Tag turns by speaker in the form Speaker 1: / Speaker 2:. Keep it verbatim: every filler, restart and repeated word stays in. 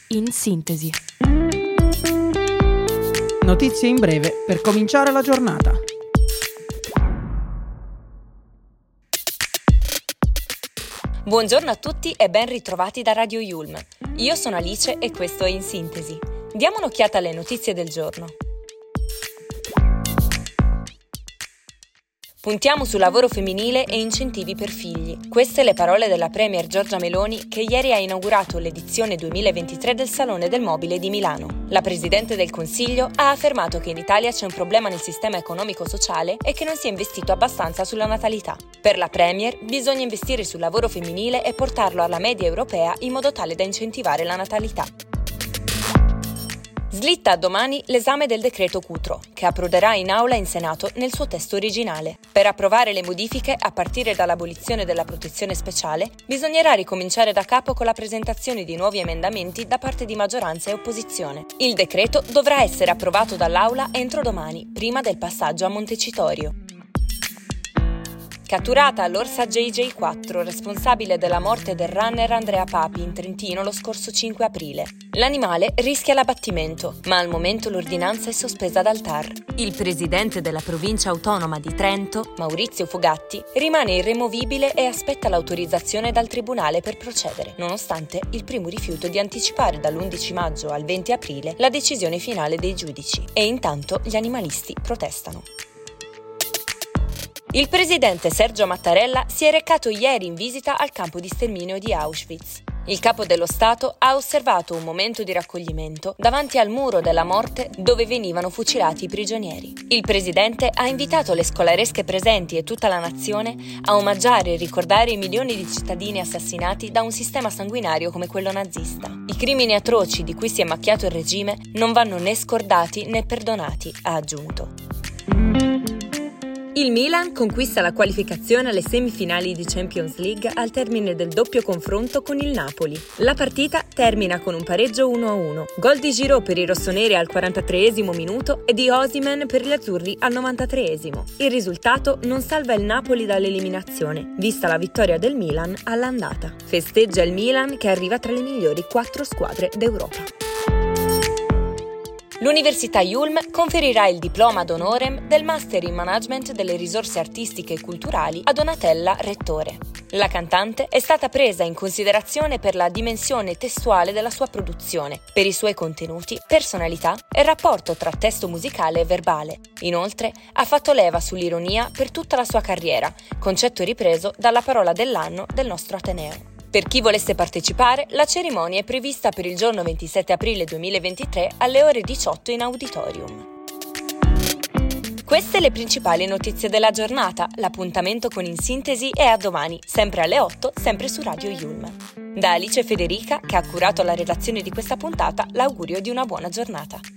Speaker 1: in sintesi.
Speaker 2: Notizie in breve per cominciare la giornata.
Speaker 3: Buongiorno a tutti e ben ritrovati da Radio Yulm. Io sono Alice e questo è In Sintesi. Diamo un'occhiata alle notizie del giorno. Puntiamo sul lavoro femminile e incentivi per figli. Queste le parole della Premier Giorgia Meloni, che ieri ha inaugurato l'edizione duemilaventitré del Salone del Mobile di Milano. La Presidente del Consiglio ha affermato che in Italia c'è un problema nel sistema economico-sociale e che non si è investito abbastanza sulla natalità. Per la Premier bisogna investire sul lavoro femminile e portarlo alla media europea in modo tale da incentivare la natalità. Slitta a domani l'esame del decreto Cutro, che approderà in aula in Senato nel suo testo originale. Per approvare le modifiche, a partire dall'abolizione della protezione speciale, bisognerà ricominciare da capo con la presentazione di nuovi emendamenti da parte di maggioranza e opposizione. Il decreto dovrà essere approvato dall'aula entro domani, prima del passaggio a Montecitorio. Catturata all'Orsa J J quattro, responsabile della morte del runner Andrea Papi in Trentino lo scorso cinque aprile. L'animale rischia l'abbattimento, ma al momento l'ordinanza è sospesa dal T A R. Il presidente della provincia autonoma di Trento, Maurizio Fugatti, rimane irremovibile e aspetta l'autorizzazione dal tribunale per procedere, nonostante il primo rifiuto di anticipare dall'undici maggio al venti aprile la decisione finale dei giudici. E intanto gli animalisti protestano. Il presidente Sergio Mattarella si è recato ieri in visita al campo di sterminio di Auschwitz. Il capo dello Stato ha osservato un momento di raccoglimento davanti al muro della morte dove venivano fucilati i prigionieri. Il presidente ha invitato le scolaresche presenti e tutta la nazione a omaggiare e ricordare i milioni di cittadini assassinati da un sistema sanguinario come quello nazista. I crimini atroci di cui si è macchiato il regime non vanno né scordati né perdonati, ha aggiunto. Il Milan conquista la qualificazione alle semifinali di Champions League al termine del doppio confronto con il Napoli. La partita termina con un pareggio uno a uno. Gol di Giroud per i rossoneri al quarantatreesimo minuto e di Osimhen per gli azzurri al novantatreesimo. Il risultato non salva il Napoli dall'eliminazione, vista la vittoria del Milan all'andata. Festeggia il Milan che arriva tra le migliori quattro squadre d'Europa. L'Università Yulm conferirà il diploma ad honorem del Master in Management delle risorse artistiche e culturali a Donatella Rettore. La cantante è stata presa in considerazione per la dimensione testuale della sua produzione, per i suoi contenuti, personalità e rapporto tra testo musicale e verbale. Inoltre, ha fatto leva sull'ironia per tutta la sua carriera, concetto ripreso dalla parola dell'anno del nostro Ateneo. Per chi volesse partecipare, la cerimonia è prevista per il giorno ventisette aprile duemilaventitré alle ore diciotto in auditorium. Queste le principali notizie della giornata. L'appuntamento con In Sintesi è a domani, sempre alle otto, sempre su Radio Yulm. Da Alice e Federica, che ha curato la redazione di questa puntata, l'augurio di una buona giornata.